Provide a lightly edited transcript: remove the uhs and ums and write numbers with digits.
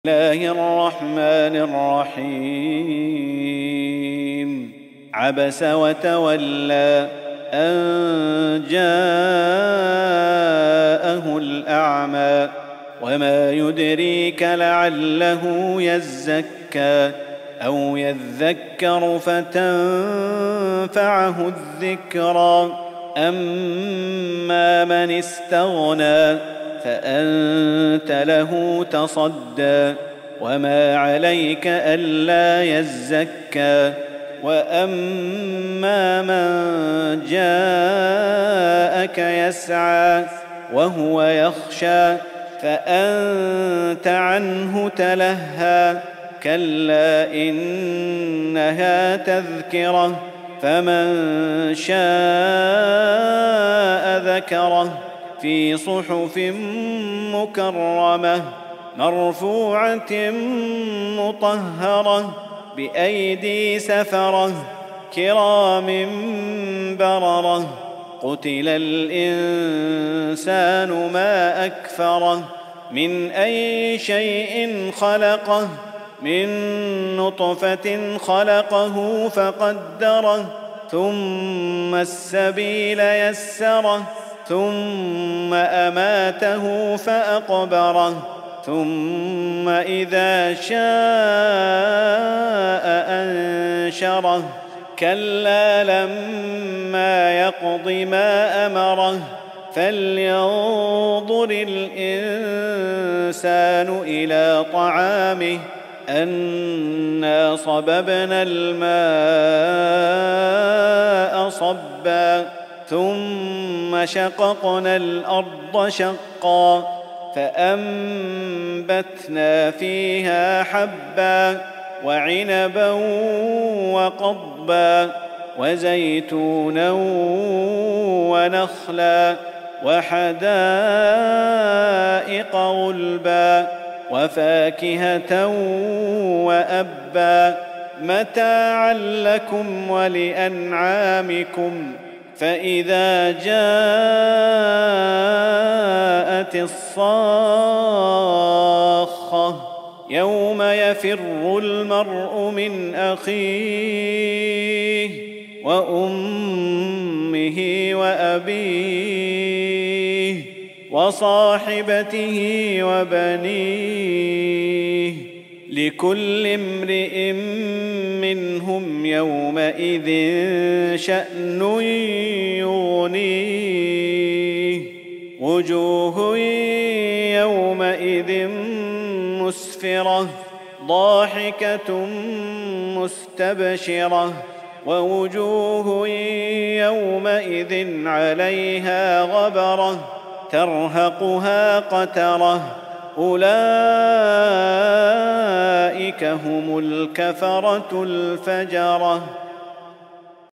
الله الرحمن الرحيم. عبس وتولى أن جاءه الأعمى وما يدريك لعله يزكى أو يذكر فتنفعه الذكرى. أما من استغنى فأنت له تصدى وما عليك ألا يزكى. وأما من جاءك يسعى وهو يخشى فأنت عنه تلهى. كلا إنها تذكرة فمن شاء ذكره في صحف مكرمة مرفوعة مطهرة بأيدي سفرة كرام بررة. قتل الإنسان ما أكفره من أي شيء خلقه من نطفة خلقه فقدره ثم السبيل يسره ثم أماته فأقبره ثم إذا شاء أنشره. كلا لما يقض ما أمره فلينظر الإنسان إلى طعامه أنا صببنا الماء صبا ثم شققنا الأرض شقا فأنبتنا فيها حبا وعنبا وقضبا وزيتونا ونخلا وحدائق غلبا وفاكهة وأبا متاعا لكم ولأنعامكم. فإذا جاءت الصاخة يوم يفر المرء من أخيه وأمه وأبيه وصاحبته وبنيه لكل امرئ منهم يومئذ شأن يغنيه. وجوه يومئذ مسفرة ضاحكة مستبشرة ووجوه يومئذ عليها غبرة ترهقها قترة أولئك هم الكفرة الفجرة.